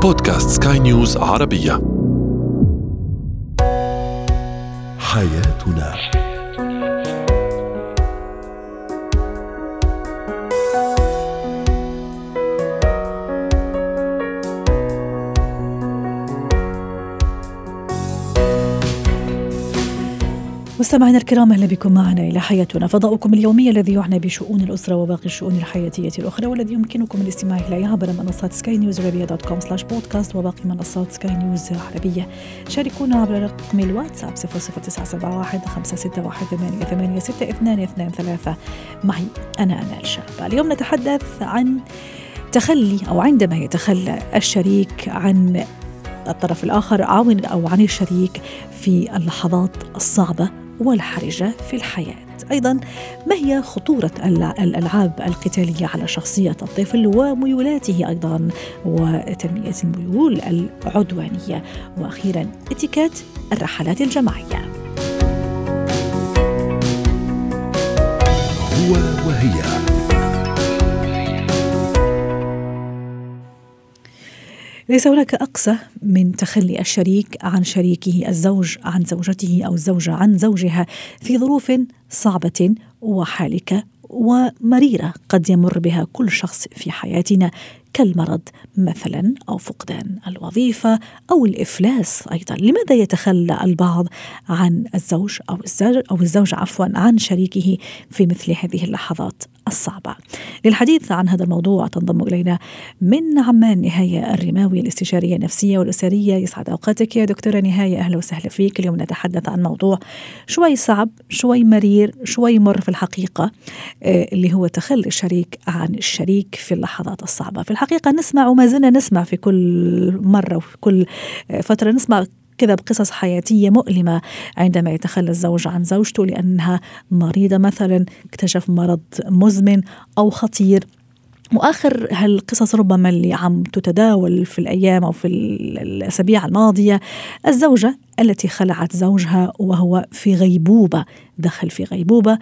بودكاست سكاي نيوز عربية. حياتنا. مستمعينا الكرام، أهلا بكم معنا إلى حياتنا، فضاؤكم اليومي الذي يعنى بشؤون الأسرة وباقي الشؤون الحياتية الأخرى، والذي يمكنكم الاستماع إليه عبر منصات skynewsarabia.com/podcast وباقي منصات سكاي نيوز عربية. شاركونا عبر رقم الواتساب 00971 561 886223 معي أنا أمال شابة. اليوم نتحدث عن تخلي أو عندما يتخلى الشريك عن الطرف الآخر أو عن الشريك في اللحظات الصعبة والحرجة في الحياة. أيضا ما هي خطورة الألعاب القتالية على شخصية الطفل وميولاته أيضا وتنمية الميول العدوانية، وأخيرا اتيكيت الرحلات الجماعية. هو وهي. ليس هناك أقسى من تخلي الشريك عن شريكه، الزوج عن زوجته أو الزوجة عن زوجها في ظروف صعبة وحالكة ومريرة قد يمر بها كل شخص في حياتنا، كالمرض مثلا أو فقدان الوظيفة أو الإفلاس. أيضا لماذا يتخلى البعض عن الزوج أو الزوجة عن شريكه في مثل هذه اللحظات الصعبة؟ للحديث عن هذا الموضوع تنضم إلينا من عمان نهاية الرماوي، الاستشارية النفسية والأسرية. يسعد أوقاتك يا دكتورة نهاية، أهلا وسهلا فيك. اليوم نتحدث عن موضوع شوي صعب، شوي مرير، شوي مر في الحقيقة، اللي هو تخلي الشريك عن الشريك في اللحظات الصعبة. في الحقيقة نسمع وما زلنا نسمع في كل مرة وفي كل فترة نسمع كذا بقصص حياتية مؤلمة عندما يتخلى الزوج عن زوجته لأنها مريضة مثلا، اكتشف مرض مزمن أو خطير. وآخر هالقصص ربما اللي عم تتداول في الأيام أو في الأسابيع الماضية، الزوجة التي خلعت زوجها وهو في غيبوبة، دخل في غيبوبة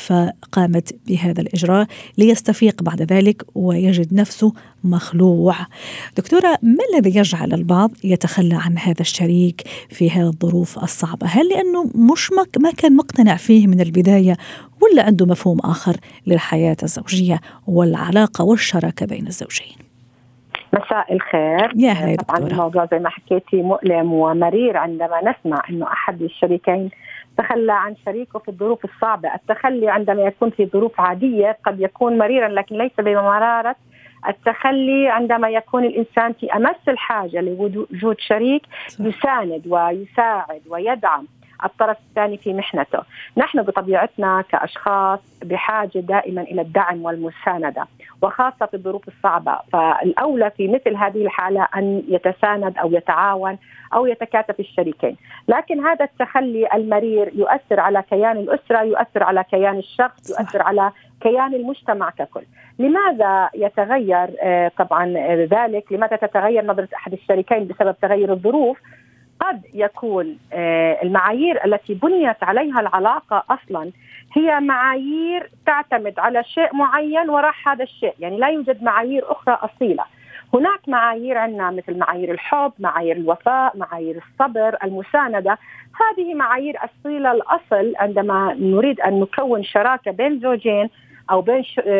فقامت بهذا الإجراء ليستفيق بعد ذلك ويجد نفسه مخلوع. دكتورة، ما الذي يجعل البعض يتخلى عن هذا الشريك في هذه الظروف الصعبة؟ هل لأنه ما كان مقتنع فيه من البداية، ولا عنده مفهوم آخر للحياة الزوجية والعلاقة والشراكة بين الزوجين؟ مساء الخير. يا أهلا طبعا دكتورة. الموضوع زي ما حكيتي مؤلم ومرير عندما نسمع أنه أحد الشريكين تخلى عن شريكه في الظروف الصعبة. التخلي عندما يكون في ظروف عادية قد يكون مريرا، لكن ليس بمرارة التخلي عندما يكون الإنسان في أمس الحاجة لوجود شريك يساند ويساعد ويدعم الطرف الثاني في محنته. نحن بطبيعتنا كأشخاص بحاجة دائما إلى الدعم والمساندة، وخاصة في الظروف الصعبة، فالأولى في مثل هذه الحالة أن يتساند أو يتعاون أو يتكاتف الشريكين. لكن هذا التخلي المرير يؤثر على كيان الأسرة، يؤثر على كيان الشخص، يؤثر على كيان المجتمع ككل. لماذا يتغير طبعا ذلك؟ لماذا تتغير نظرة أحد الشريكين بسبب تغير الظروف؟ قد يكون المعايير التي بنيت عليها العلاقة أصلا هي معايير تعتمد على شيء معين وراء هذا الشيء، يعني لا يوجد معايير أخرى أصيلة. هناك معايير عندنا مثل معايير الحب، معايير الوفاء، معايير الصبر، المساندة. هذه معايير أصيلة الأصل عندما نريد أن نكون شراكة بين زوجين أو بين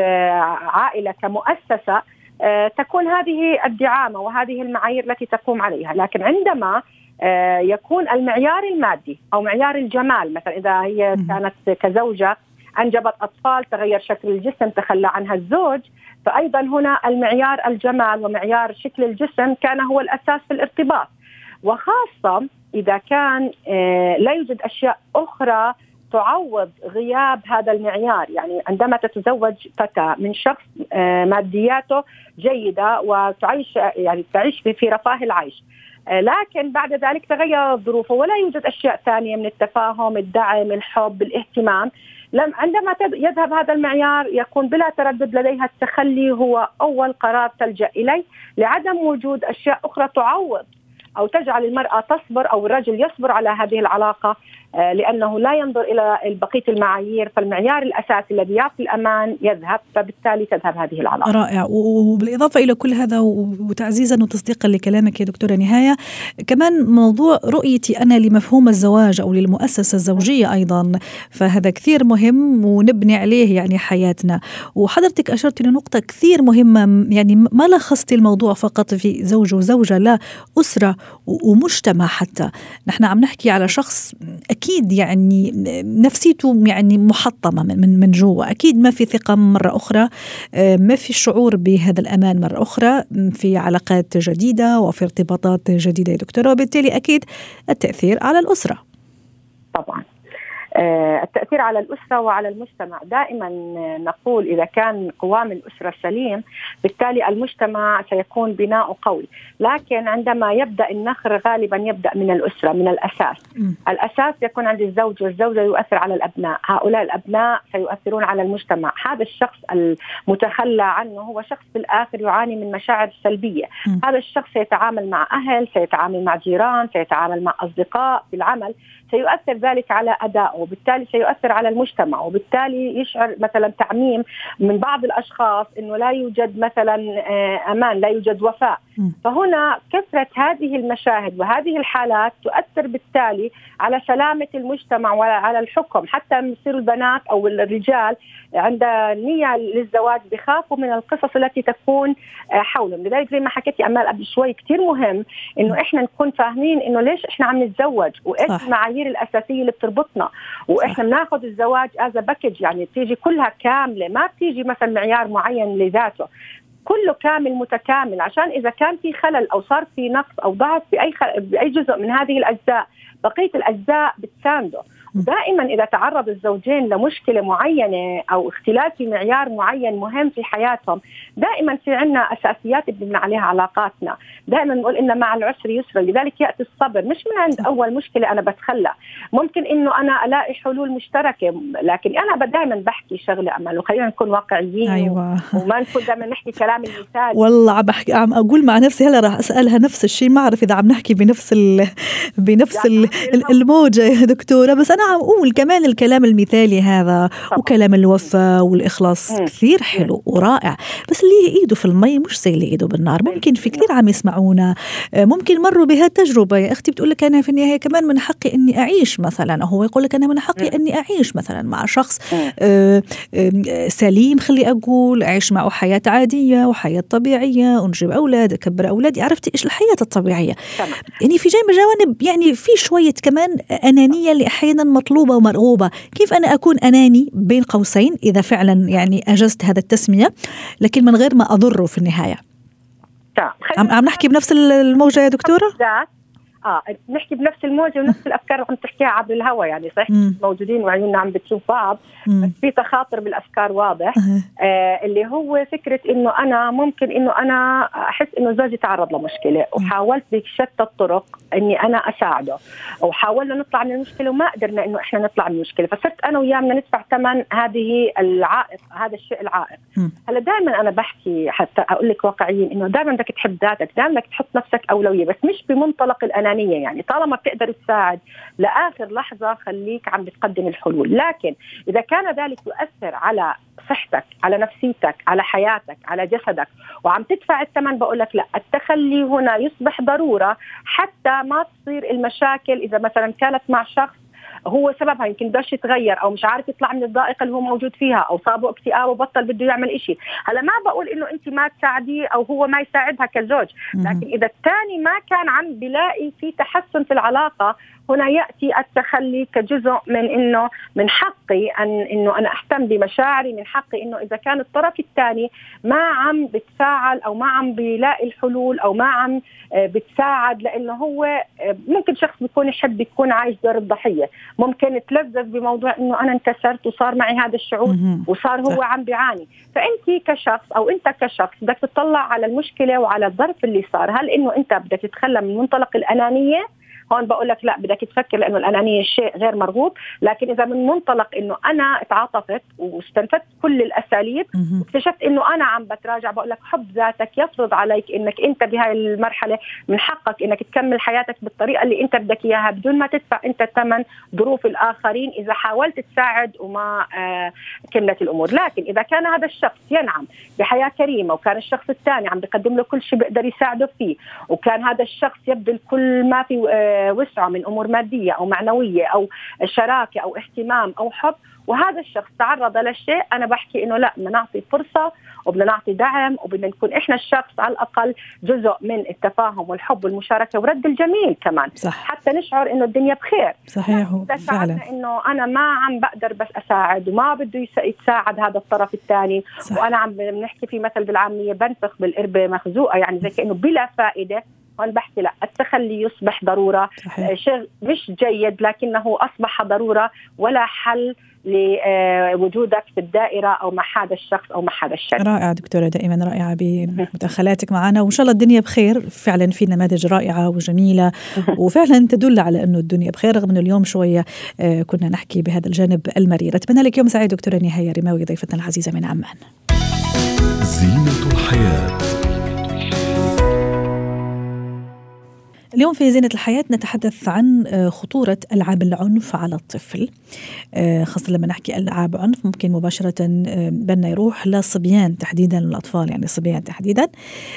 عائلة كمؤسسة، تكون هذه الدعامة وهذه المعايير التي تقوم عليها. لكن عندما يكون المعيار المادي أو معيار الجمال، مثلا إذا هي كانت كزوجة أنجبت أطفال تغير شكل الجسم تخلى عنها الزوج، فأيضا هنا المعيار الجمال ومعيار شكل الجسم كان هو الأساس في الارتباط. وخاصة إذا كان لا يوجد أشياء أخرى تعوض غياب هذا المعيار. يعني عندما تتزوج فتاة من شخص مادياته جيدة وتعيش في رفاه العيش، لكن بعد ذلك تغير ظروفه ولا يوجد أشياء ثانية من التفاهم، الدعم، الحب، الاهتمام، عندما يذهب هذا المعيار يكون بلا تردد لديها التخلي هو أول قرار تلجأ إليه، لعدم وجود أشياء أخرى تعوض أو تجعل المرأة تصبر أو الرجل يصبر على هذه العلاقة، لأنه لا ينظر إلى بقية المعايير، فالمعيار الأساسي الذي يعطي الأمان يذهب، فبالتالي تذهب هذه العلاقة. رائع. وبالإضافة إلى كل هذا وتعزيزا وتصديقا لكلامك يا دكتورة نهاية، كمان موضوع رؤيتي أنا لمفهوم الزواج أو للمؤسسة الزوجية أيضا، فهذا كثير مهم ونبني عليه يعني حياتنا. وحضرتك أشرت لنقطة كثير مهمة، يعني ما لخصت الموضوع فقط في زوج وزوجة، لا، أسرة ومجتمع حتى. نحن عم نحكي على شخص أكيد يعني نفسيته يعني محطمة من جوا، أكيد ما في ثقة مرة أخرى، ما في شعور بهذا الأمان مرة أخرى في علاقات جديدة وفي ارتباطات جديدة يا دكتورة، وبالتالي أكيد التأثير على الأسرة. طبعا التأثير على الأسرة وعلى المجتمع، دائما نقول إذا كان قوام الأسرة سليم بالتالي المجتمع سيكون بناء قوي، لكن عندما يبدأ النخر غالبا يبدأ من الأسرة، من الأساس. الأساس يكون عند الزوج والزوجة، يؤثر على الأبناء، هؤلاء الأبناء سيؤثرون على المجتمع. هذا الشخص المتخلى عنه هو شخص بالآخر يعاني من مشاعر سلبية. هذا الشخص سيتعامل مع أهل، سيتعامل مع جيران، سيتعامل مع أصدقاء في العمل، سيؤثر ذلك على أدائه، وبالتالي سيؤثر على المجتمع، وبالتالي يشعر مثلا تعميم من بعض الأشخاص أنه لا يوجد مثلا أمان، لا يوجد وفاء. فهنا كثرة هذه المشاهد وهذه الحالات تؤثر بالتالي على سلامة المجتمع وعلى الحكم. حتى يصير البنات أو الرجال عند نية للزواج بخافوا من القصص التي تكون حولهم. لذلك زي ما حكيتي أمال قبل شوي كتير مهم إنه إحنا نكون فاهمين إنه ليش إحنا عم نتزوج، وإيش المعايير الأساسية اللي بتربطنا، وإحنا بناخذ الزواج as a package، يعني تيجي كلها كاملة، ما بتيجي مثلا معيار معين لذاته، كله كامل متكامل، عشان إذا كان في خلل أو صار في نقص أو ضعف بأي جزء من هذه الأجزاء بقية الأجزاء بتسانده. دائما إذا تعرض الزوجين لمشكلة معينة أو اختلاف في معيار معين مهم في حياتهم، دائما في عنا أساسيات بنبني عليها علاقاتنا. دائما نقول إن مع العسر يسرا، لذلك يأتي الصبر. مش من عند أول مشكلة أنا بتخلى، ممكن إنه أنا ألاقي حلول مشتركة، لكن أنا دائما بحكي شغلة أمل، وخلينا نكون واقعيين. أيوة. وما نكون دائما نحكي كلام المثال. والله عم أقول مع نفسي هلا راح أسألها نفس الشيء، ما أعرف إذا عم نحكي بنفس الموجة يا دكتورة، بس أنا عم أقول كمان الكلام المثالي هذا وكلام الوفاء والإخلاص كثير حلو ورائع، بس اللي إيده في المي مش زي اللي إيده بالنار. ممكن في كثير عم يسمعونا ممكن مروا بهالتجربة، يا أختي بتقول لك أنا في النهاية كمان من حقي إني أعيش مثلا، هو يقول لك أنا من حقي إني أعيش مثلا مع شخص سليم، خلي أقول أعيش معه حياة عادية وحياة طبيعية، أنجب أولاد، أكبر أولادي، عرفتي إيش الحياة الطبيعية. يعني في جوانب يعني في شوية كمان أنانية اللي أحيانا مطلوبة ومرغوبة. كيف أنا أكون أناني بين قوسين إذا فعلا يعني أجزت هذا التسمية، لكن من غير ما أضره في النهاية؟ عم نحكي بنفس الموجة يا دكتورة؟ نحكي بنفس الموجة ونفس الأفكار اللي عم تحكيها عبر الهواء، يعني صحيح موجودين وعيوننا عم بتشوف بعض، بس في تخاطر بالأفكار واضح. اللي هو فكرة إنه أنا ممكن إنه أنا أحس إنه زوجي تعرض لمشكلة وحاولت بشتى الطرق إني أنا أساعده، وحاولنا نطلع من المشكلة وما قدرنا إنه إحنا نطلع من المشكلة، فصرت أنا وياه بدنا ندفع ثمن هذه العائق، هذا الشيء العائق. هلا دائما أنا بحكي حتى أقول لك واقعيين إنه دائما بدك تحب ذاتك، دائما بدك تحط نفسك أولوية، بس مش بمنطلق الأنانية. يعني طالما بتقدر تساعد لآخر لحظة خليك عم بتقدم الحلول، لكن إذا كان ذلك يؤثر على صحتك، على نفسيتك، على حياتك، على جسدك، وعم تدفع الثمن، بقولك لا، التخلي هنا يصبح ضرورة حتى ما تصير المشاكل. إذا مثلا كانت مع شخص هو سببها يمكن بدش يتغير او مش عارف يطلع من الضائقه اللي هو موجود فيها، او صابه اكتئاب وبطل بده يعمل إشي، هلا ما بقول انه انت ما تساعديه او هو ما يساعدها كزوج، لكن اذا الثاني ما كان عم بلاقي في تحسن في العلاقه، هنا ياتي التخلي كجزء من انه من حقي انه انا اهتم بمشاعري، من حقي انه اذا كان الطرف الثاني ما عم بتفاعل او ما عم بيلاقي الحلول او ما عم بتساعد، لانه هو ممكن شخص بيكون يحب يكون عايش دور الضحيه، ممكن تلذذ بموضوع انه انا انكسرت وصار معي هذا الشعور وصار هو عم بيعاني. فانت كشخص او انت كشخص بدك تطلع على المشكله وعلى الظرف اللي صار، هل انه انت بدك تتخلى من منطلق الانانيه هون بقول لك لا، بدك تفكر، لأنه الأنانية شيء غير مرغوب. لكن إذا من منطلق إنه أنا اتعاطفت واستنفدت كل الأساليب واكتشفت إنه أنا عم بتراجع، بقول لك حب ذاتك يفرض عليك إنك أنت بهاي المرحلة من حقك إنك تكمل حياتك بالطريقة اللي أنت بدك إياها بدون ما تدفع أنت ثمن ظروف الآخرين إذا حاولت تساعد وما كملت الأمور. لكن إذا كان هذا الشخص ينعم بحياة كريمة، وكان الشخص الثاني عم بيقدم له كل شيء بيقدر يساعده فيه، وكان هذا الشخص يبذل كل ما في وسعه من أمور مادية أو معنوية أو شراكة أو اهتمام أو حب، وهذا الشخص تعرض لشيء، أنا بحكي إنه لا، بدنا نعطي فرصة وبدنا نعطي دعم، وبدنا نكون إحنا الشخص على الأقل جزء من التفاهم والحب والمشاركة ورد الجميل كمان. صح. حتى نشعر إنه الدنيا بخير. صحيح فعلا. إنه أنا ما عم بقدر بس أساعد وما بده يتساعد هذا الطرف الثاني، وأنا عم بنحكي في مثل بالعامية بنفخ بالقربة مخزوقة، يعني زي كأنه بلا فائدة. وأنا بحكي لا، التخلي يصبح ضرورة. شيء مش جيد لكنه أصبح ضرورة ولا حل لوجودك في الدائرة أو مع هذا الشخص أو مع هذا الشخص. رائعة دكتورة، دائما رائعة بمداخلاتك معنا، وإن شاء الله الدنيا بخير. فعلا في نماذج رائعة وجميلة وفعلا تدل على أنه الدنيا بخير، رغم أنه اليوم شوية كنا نحكي بهذا الجانب المرير. أتمنى لك يوم سعيد دكتورة نهاية رماوي، ضيفتنا العزيزة من عمان. زينة الحياة. اليوم في زينة الحياة نتحدث عن خطورة ألعاب العنف على الطفل، خاصة لما نحكي ألعاب عنف ممكن مباشرة بنا يروح للصبيان تحديدا، الأطفال يعني الصبيان تحديدا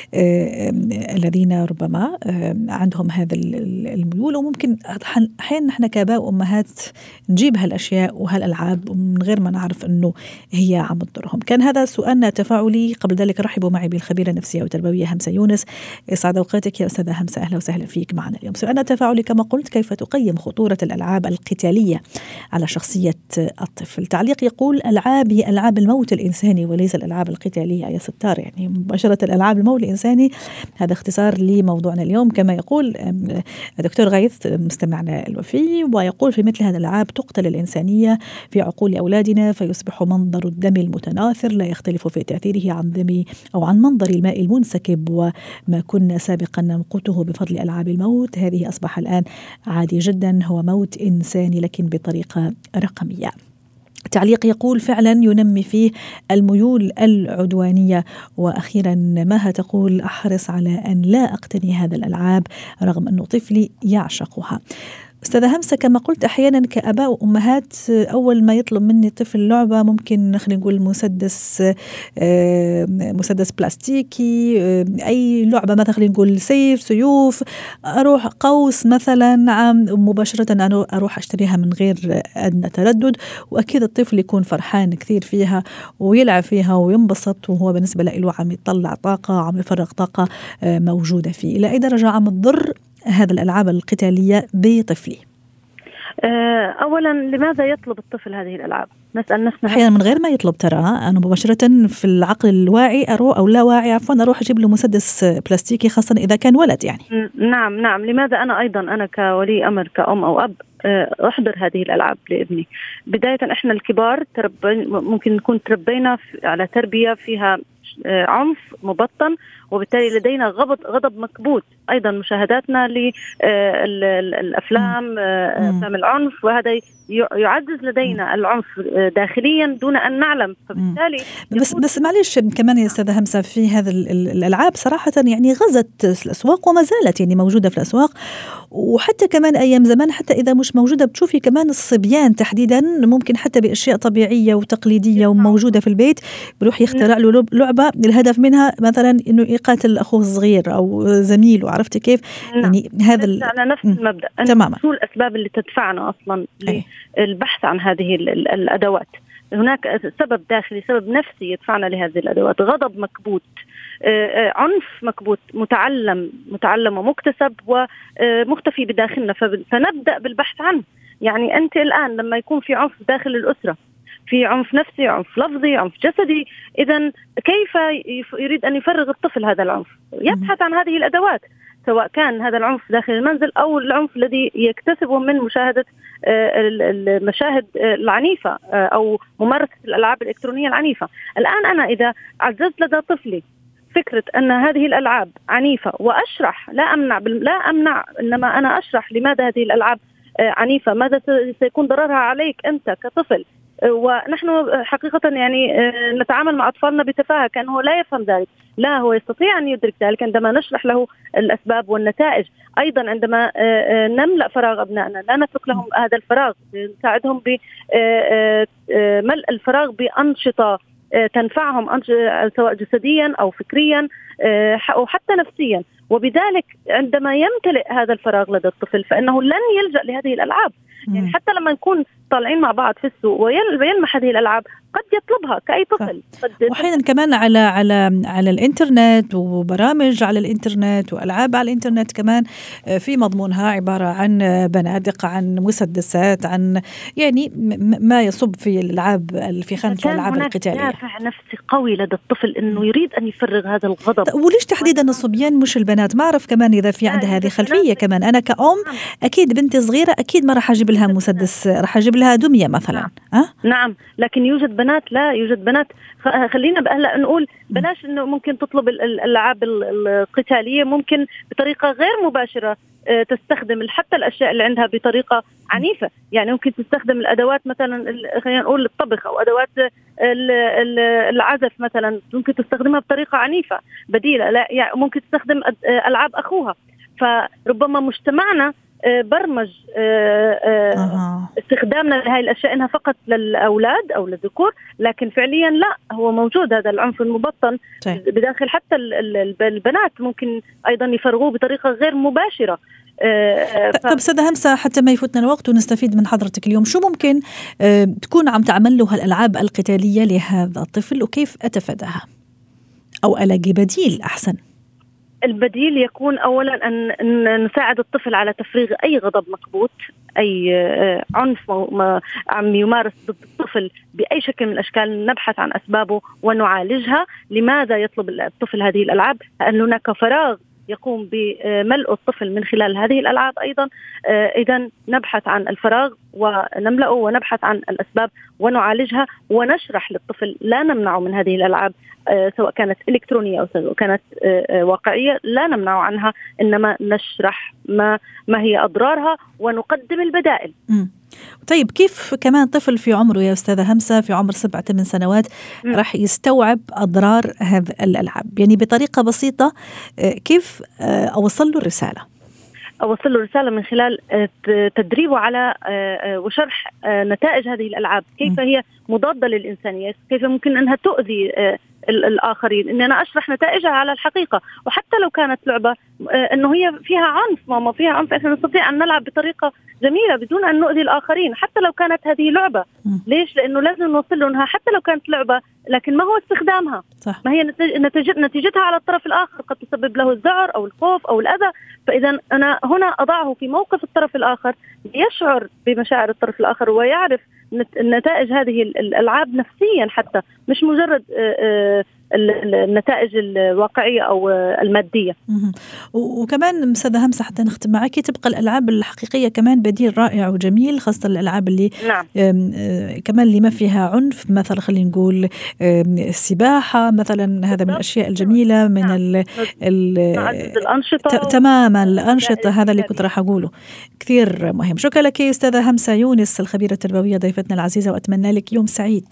الذين ربما عندهم هذا الميول، وممكن أحيانا نحن كآباء وأمهات نجيب هالأشياء وهالألعاب من غير ما نعرف أنه هي عم تضرهم. كان هذا سؤالنا التفاعلي. قبل ذلك رحبوا معي بالخبيرة النفسية والتربوية همسة يونس. يسعد أوقاتك يا أستاذة همسة، أهلا وسهلا فيك معنا اليوم. سؤالنا التفاعلي كما قلت: كيف تقيم خطورة الألعاب القتالية على شخصية الطفل؟ تعليق يقول: ألعاب هي ألعاب الموت الإنساني وليس الألعاب القتالية. يا ستار، يعني مباشرة الألعاب الموت الإنساني. هذا اختصار لموضوعنا اليوم. كما يقول دكتور غيث مستمعنا الوفي، ويقول: في مثل هذه الألعاب تقتل الإنسانية في عقول أولادنا، فيصبح منظر الدم المتناثر لا يختلف في تأثيره عن دم أو عن منظر الماء المنسكب، وما كنا سابقا نمقته بفضل ألعاب الموت هذه أصبح الآن عادي جدا، هو موت إنساني لكن بطريقة رقمية. تعليق يقول: فعلا ينمي فيه الميول العدوانية. وأخيرا مها تقول: أحرص على أن لا أقتني هذا الألعاب رغم أنه طفلي يعشقها. أستاذة همسة، كما قلت أحيانا كآباء وأمهات أول ما يطلب مني طفل لعبة، ممكن خلينا نقول مسدس بلاستيكي، أي لعبة مثلا خلينا نقول سيوف، أروح قوس مثلا، مباشرة أنا أروح أشتريها من غير أدنى تردد، وأكيد الطفل يكون فرحان كثير فيها ويلعب فيها وينبسط، وهو بالنسبة له عم يطلع طاقة، عم يفرغ طاقة موجودة فيه. إلى أي درجة عم تضر هذا الألعاب القتالية بطفلي؟ أولا، لماذا يطلب الطفل هذه الألعاب؟ نسأل نفسنا أحيانا من غير ما يطلب. ترى أنا مباشرة في العقل الواعي أو لا واعي أروح أجيب له مسدس بلاستيكي، خاصة إذا كان ولد يعني. نعم. لماذا أنا كولي أمر كأم أو أب أحضر هذه الألعاب لابني؟ بداية إحنا الكبار ممكن نكون تربينا على تربية فيها عنف مبطن، وبالتالي لدينا غضب مكبوت. أيضا مشاهداتنا للأفلام أفلام العنف، وهذا يعزز لدينا العنف داخليا دون أن نعلم. فبالتالي بس معلش كمان يا أستاذة همسة، في هذا الألعاب صراحة يعني غزت الأسواق وما زالت يعني موجودة في الأسواق، وحتى كمان أيام زمان حتى إذا مش موجودة بتشوفي كمان الصبيان تحديدا ممكن حتى بأشياء طبيعية وتقليدية وموجودة في البيت بروح يخترع له لعبة الهدف منها مثلا إنه يقاتل أخوه الصغير أو زميله. عرفتي كيف؟ يعني هذا على نفس المبدأ. تماما. شو الأسباب اللي تدفعنا أصلا للبحث عن هذه الأدوات؟ هناك سبب داخلي، سبب نفسي يدفعنا لهذه الأدوات. غضب مكبوت، عنف مكبوت، متعلم ومكتسب ومختفي بداخلنا، فنبدأ بالبحث عنه. يعني أنت الآن لما يكون في عنف داخل الأسرة، في عنف نفسي، عنف لفظي، عنف جسدي، إذن كيف يريد أن يفرغ الطفل هذا العنف؟ يبحث عن هذه الأدوات، سواء كان هذا العنف داخل المنزل أو العنف الذي يكتسبه من مشاهدة المشاهد العنيفة أو ممارسة الألعاب الإلكترونية العنيفة. الآن أنا إذا عززت لدى طفلي فكرة أن هذه الألعاب عنيفة وأشرح، لا أمنع إنما أنا أشرح لماذا هذه الألعاب عنيفة، ماذا سيكون ضررها عليك أنت كطفل. ونحن حقيقة يعني نتعامل مع أطفالنا بتفاهة كأنه لا يفهم ذلك، لا هو يستطيع أن يدرك ذلك عندما نشرح له الأسباب والنتائج. أيضا عندما نملأ فراغ أبنائنا لا نترك لهم هذا الفراغ، نساعدهم بملء الفراغ بأنشطة تنفعهم سواء جسديا أو فكريا أو حتى نفسيا. وبذلك عندما يمتلئ هذا الفراغ لدى الطفل فإنه لن يلجأ لهذه الألعاب. يعني حتى لما نكون طالعين مع بعض في السوق ويلمح هذه الألعاب قد يطلبها كأي طفل. وأحيانا كمان على الإنترنت وبرامج على الإنترنت وألعاب على الإنترنت كمان في مضمونها عبارة عن بنادق، عن مسدسات، عن يعني ما يصب في الألعاب في خانة الألعاب القتالية. دافع نفسي قوي لدى الطفل إنه يريد أن يفرغ هذا الغضب. وليش تحديدا الصبيان مش البنات؟ ما أعرف كمان إذا في عندها هذه خلفية كمان. أنا كأم أكيد بنتي صغيرة أكيد ما راح أجيب لها مسدس، راح أجيب لها دمية مثلا. نعم، لكن يوجد بنات لا يوجد بنات. خلينا هلا نقول بلاش انه ممكن تطلب الالعاب القتاليه ممكن بطريقه غير مباشره تستخدم حتى الاشياء اللي عندها بطريقه عنيفه. يعني ممكن تستخدم الادوات مثلا خلينا نقول الطبخ او ادوات العزف مثلا ممكن تستخدمها بطريقه عنيفه بديله. لا يعني ممكن تستخدم العاب اخوها. فربما مجتمعنا برمج استخدامنا لهذه الأشياء إنها فقط للأولاد أو للذكور، لكن فعليا لا، هو موجود هذا العنف المبطن بداخل حتى البنات ممكن أيضا يفرغوه بطريقة غير مباشرة. طب أستاذة همسة حتى ما يفوتنا الوقت ونستفيد من حضرتك اليوم، شو ممكن تكون عم تعمل له الألعاب القتالية لهذا الطفل وكيف أتفاداها أو ألاقي بديل أحسن؟ البديل يكون أولا أن نساعد الطفل على تفريغ أي غضب مكبوت، أي عنف عم يمارس ضد الطفل بأي شكل من الأشكال، نبحث عن أسبابه ونعالجها. لماذا يطلب الطفل هذه الألعاب؟ أن هناك فراغ يقوم بملء الطفل من خلال هذه الألعاب أيضا. إذن نبحث عن الفراغ ونملأه ونبحث عن الأسباب ونعالجها ونشرح للطفل، لا نمنعه من هذه الألعاب سواء كانت إلكترونية أو سواء كانت واقعية، لا نمنعه عنها، إنما نشرح ما هي أضرارها ونقدم البدائل. طيب كيف كمان طفل في عمره يا أستاذة همسة في عمر 7-8 سنوات راح يستوعب أضرار هذه الألعاب؟ يعني بطريقة بسيطة كيف أوصل له الرسالة؟ أوصل له الرسالة من خلال تدريبه على وشرح نتائج هذه الألعاب، كيف هي مضادة للإنسانية، كيف ممكن أنها تؤذي الآخرين، إن أنا أشرح نتائجها على الحقيقة. وحتى لو كانت لعبة إنه هي فيها عنف، ماما فيها عنف، إحنا نستطيع أن نلعب بطريقة جميلة بدون أن نؤذي الآخرين حتى لو كانت هذه لعبة. ليش؟ لأنه لازم نوصل له أنها حتى لو كانت لعبة لكن ما هو استخدامها، صح. ما هي نتيجتها على الطرف الآخر قد تسبب له الذعر أو الخوف أو الأذى. فإذا أنا هنا أضعه في موقف الطرف الآخر يشعر بمشاعر الطرف الآخر ويعرف نتائج هذه الألعاب نفسيا، حتى مش مجرد النتائج الواقعية أو المادية. وكمان أستاذة همسة حتى نختم معك، تبقى الألعاب الحقيقية كمان بديل رائع وجميل، خاصة الألعاب اللي كمان اللي ما فيها عنف، مثلا خلينا نقول السباحة مثلا، هذا من الأشياء الجميلة من الأنشطة تماما الأنشطة، هذا اللي كنت راح أقوله كثير مهم. شكرا لك أستاذة همسة يونس الخبيرة التربوية ضيفتنا العزيزة، وأتمنى لك يوم سعيد.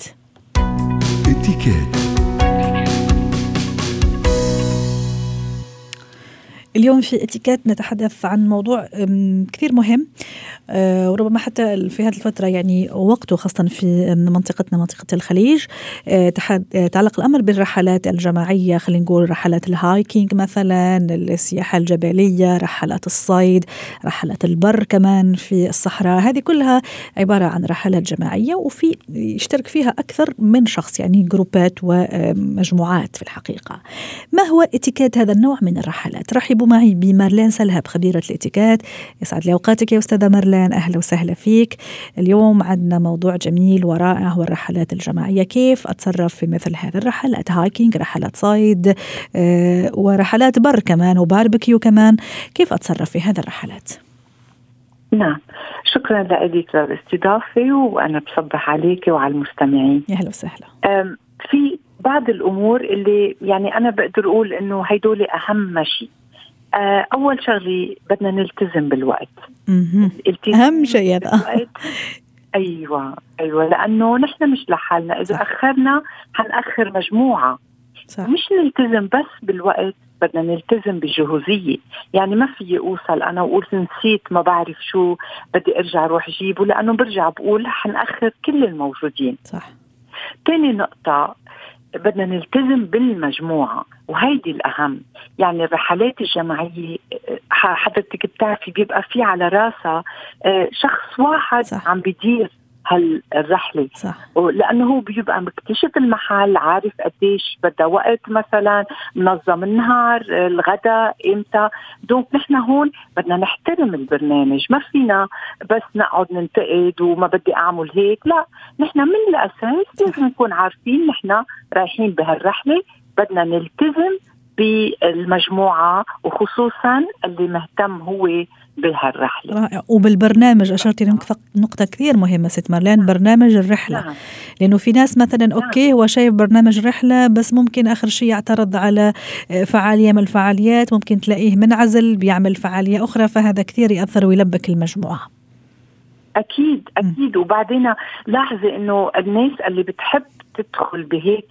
اليوم في اتيكيت نتحدث عن موضوع كثير مهم، وربما حتى في هذه الفترة يعني وقته، خاصة في منطقتنا منطقة الخليج، تعلق الأمر بالرحلات الجماعية، خلينا نقول رحلات الهايكينج مثلا، السياحة الجبلية، رحلات الصيد، رحلات البر كمان في الصحراء. هذه كلها عبارة عن رحلات جماعية وفي يشترك فيها أكثر من شخص، يعني جروبات ومجموعات في الحقيقة. ما هو اتيكيت هذا النوع من الرحلات؟ رحبوا معي بمارلين سلهب خبيرة الاتيكيت. يسعد لي أوقاتك يا أستاذة مارلين، أهلا وسهلا فيك. اليوم عندنا موضوع جميل ورائع هو الرحلات الجماعية، كيف أتصرف في مثل هذه الرحلات، هايكينج، رحلات صيد، ورحلات بر كمان وباربيكيو كمان، كيف أتصرف في هذه الرحلات؟ نعم، شكرا لك للاستضافة، وأنا بصبح عليك وعلى المستمعين. يا أهلا وسهلا. في بعض الأمور اللي يعني أنا بقدر أقول إنه هيدول أهم شيء. أول شغلة بدنا نلتزم بالوقت. أهم شيء هذا. أيوة لأنه نحن مش لحالنا، إذا أخرنا حنأخر مجموعة. صح. مش نلتزم بس بالوقت، بدنا نلتزم بالجهوزية. يعني ما في أوصل أنا وأقول نسيت ما بعرف شو بدي أرجع أروح جيبه، لأنه برجع بقول حنأخر كل الموجودين. صح. تاني نقطة بدنا نلتزم بالمجموعة، وهيدي الأهم. يعني الرحلات الجماعية حضرتك بتعرفي بيبقى في على راسها شخص واحد. صح. عم بيدير هالرحلة. صح. لأنه هو بيبقى مكتشف المحل، عارف قديش بدها وقت، مثلا منظم النهار، الغداء إمتى. دونك نحن هون بدنا نحترم البرنامج، ما فينا بس نقعد ننتقد وما بدي أعمل هيك. لا، نحن من الأساس لازم نكون عارفين نحن رايحين بهالرحلة بدنا نلتزم بالمجموعة، وخصوصا اللي مهتم هو بهالرحلة. رائع. وبالبرنامج أشرتي نقطة كثير مهمة ست مارلين، برنامج الرحلة. نعم. لأنه في ناس مثلا أوكي هو شايف برنامج رحلة، بس ممكن آخر شيء يعترض على فعالية من الفعاليات، ممكن تلاقيه منعزل بيعمل فعالية أخرى، فهذا كثير يأثر ويلبك المجموعة. أكيد. وبعدين لاحظي إنه الناس اللي بتحب تدخل بهيك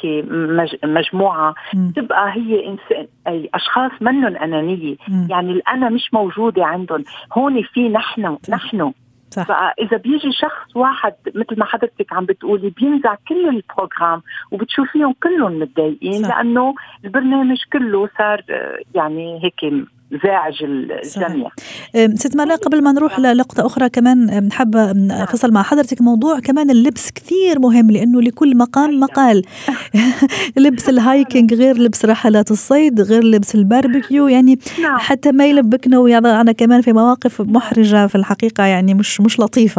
مجموعة تبقى هي إنسان، أي أشخاص منهم أنانية. يعني الأنا مش موجودة عندهم، هون في نحن. صح. فإذا بيجي شخص واحد مثل ما حضرتك عم بتقولي بينزع كل البروجرام، وبتشوفيهم كلهم متضايقين. صح. لأنه البرنامج كله صار يعني هيك زاعج الجميع. ست مارلين، قبل ما نروح لنقطة أخرى كمان حابة أفصل مع حضرتك موضوع كمان اللبس كثير مهم، لأنه لكل مقام مقال. لبس الهايكينج غير لبس رحلات الصيد، غير لبس الباربيكيو، يعني حتى ما يلبكنا ويضعنا كمان في مواقف محرجة في الحقيقة، يعني مش لطيفة.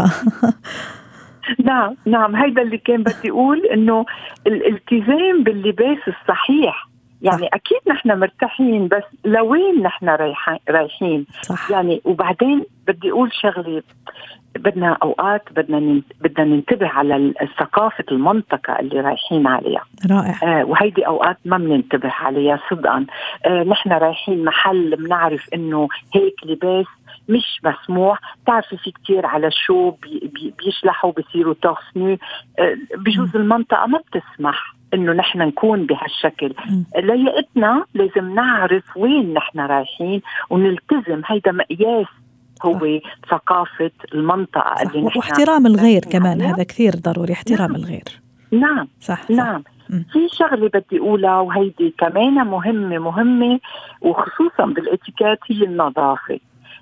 نعم هيدا اللي كان بدي أقول، إنه الالتزام باللباس الصحيح. يعني أكيد نحن مرتاحين، بس لوين نحن رايحين. صح. يعني وبعدين بدي أقول شغلة، بدنا أوقات بدنا ننتبه على ثقافة المنطقة اللي رايحين عليها. رائع. وهيدي أوقات ما بننتبه عليها صدقا. نحن رايحين محل بنعرف إنه هيك لباس مش مسموح. تعرفي في كتير على شو بيشلحوا بيصيروا تغسنوا. بجوز المنطقة ما بتسمح إنه نحن نكون بهالشكل. ليقتنا لازم نعرف وين نحن رايحين ونلتزم. هيدا مقياس هو ثقافة المنطقة اللي نحن، واحترام الغير كمان. هذا كثير ضروري، احترام الغير. نعم. صح. نعم. في شغلة بدي أقولها، وهيدي كمان مهمة وخصوصا بالاتيكيت، هي النظافة.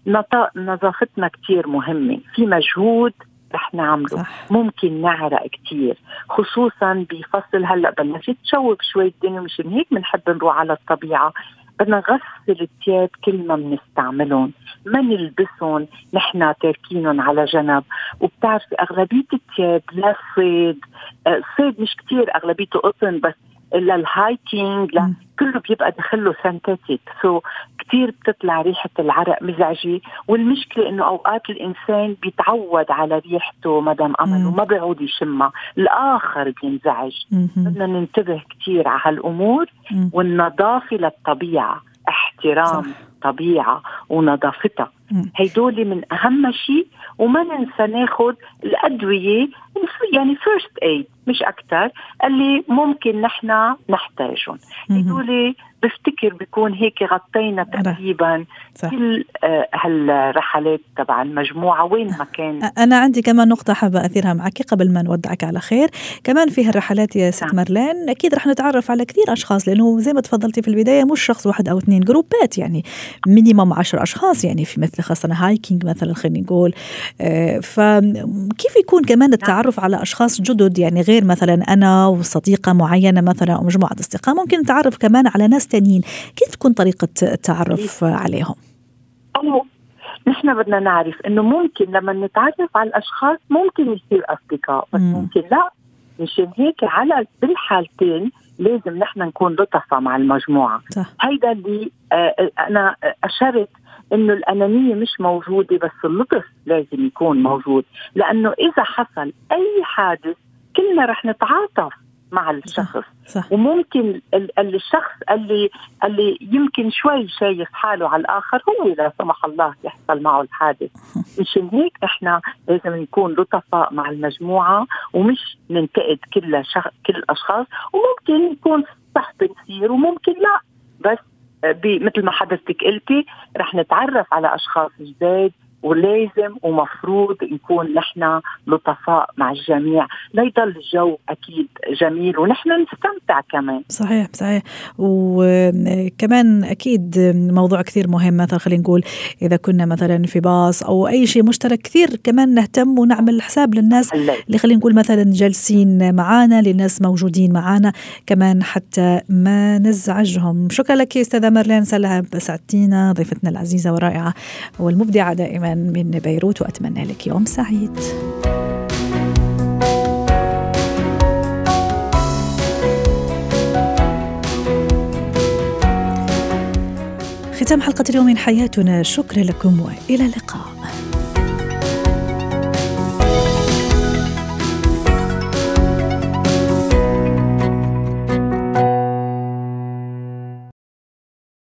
نظافتنا كتير مهمة. في مجهود رح نعمله. صح. ممكن نعرق كتير، خصوصا بفصل هلأ بلشت تشوب شوي الدنيا، مشان هيك بنحب نروح على الطبيعة. بدنا نغسل الثياب كل ما بنستعملهم، ما نلبسهم نحن تاركينهم على جنب. وبتعرفي أغلبية الثياب للصيد، الصيد مش كتير أغلبيته قطن، بس للهايكينج كله بيبقى دخله سنتيتيك، كتير بتطلع ريحة العرق مزعجة. والمشكلة إنه أوقات الإنسان بيتعود على ريحته مدام عمله وما بيعود يشمها، الآخر بينزعج. بدنا ننتبه كتير على هالأمور. والنظافة للطبيعة، احترام طبيعة ونظافتها، هيدول من أهم شيء. وما ننسى ناخد الأدوية، يعني first aid مش أكتر، اللي ممكن نحن نحتاجهم. هيدول بفتكر بيكون هيك غطينا تقريبا كل هالرحلات تبع المجموعة وين ما كان. أنا عندي كمان نقطة حابة أثيرها معك قبل ما نودعك على خير. كمان في هالرحلات يا ست مارلين أكيد رح نتعرف على كثير أشخاص، لأنه زي ما تفضلتي في البداية مش شخص واحد أو اثنين، جروبات، يعني مينيمم 10 أشخاص، يعني في مثل خاصة هايكينج مثلا خلينا نقول. فكيف يكون كمان التعرف على أشخاص جدد، يعني غير مثلا أنا وصديقة معينة مثلا أو مجموعة أصدقاء، ممكن نتعرف كمان على ناس تانيين. كيف تكون طريقة التعرف عليهم؟ نحن بدنا نعرف إنه ممكن لما نتعرف على الأشخاص ممكن يصير أصدقاء، بس ممكن لا. مشان هيك على بالحالتين لازم نحن نكون لطفة مع المجموعة. هيدا اللي أنا أشرت إنه الأنانية مش موجودة، بس اللطف لازم يكون موجود. لأنه إذا حصل أي حادث كلنا رح نتعاطف مع الشخص. صح. وممكن الشخص اللي يمكن شوي شايف حاله على الآخر هو لا سمح الله يحصل معه الحادث. مشان هيك احنا لازم نكون لطفاء مع المجموعة ومش ننتقد كل الأشخاص. وممكن يكون صح بتصير وممكن لا، بس مثل ما حضرتك قلتي رح نتعرف على أشخاص جداد، ولازم ومفروض نكون نحن لطفاء مع الجميع ليضل الجو أكيد جميل ونحن نستمتع كمان. صحيح. وكمان أكيد موضوع كثير مهم. مثلا خلينا نقول إذا كنا مثلا في باص أو أي شيء مشترك كثير كمان نهتم ونعمل حساب للناس اللي خلينا نقول مثلا جالسين معانا، للناس موجودين معانا كمان حتى ما نزعجهم. شكرا لك أستاذة مارلين سلهب، سعدتينا، ضيفتنا العزيزة والرائعة والمبدعة دائما من بيروت، وأتمنى لك يوم سعيد. ختام حلقة اليوم من حياتنا، شكرا لكم وإلى اللقاء.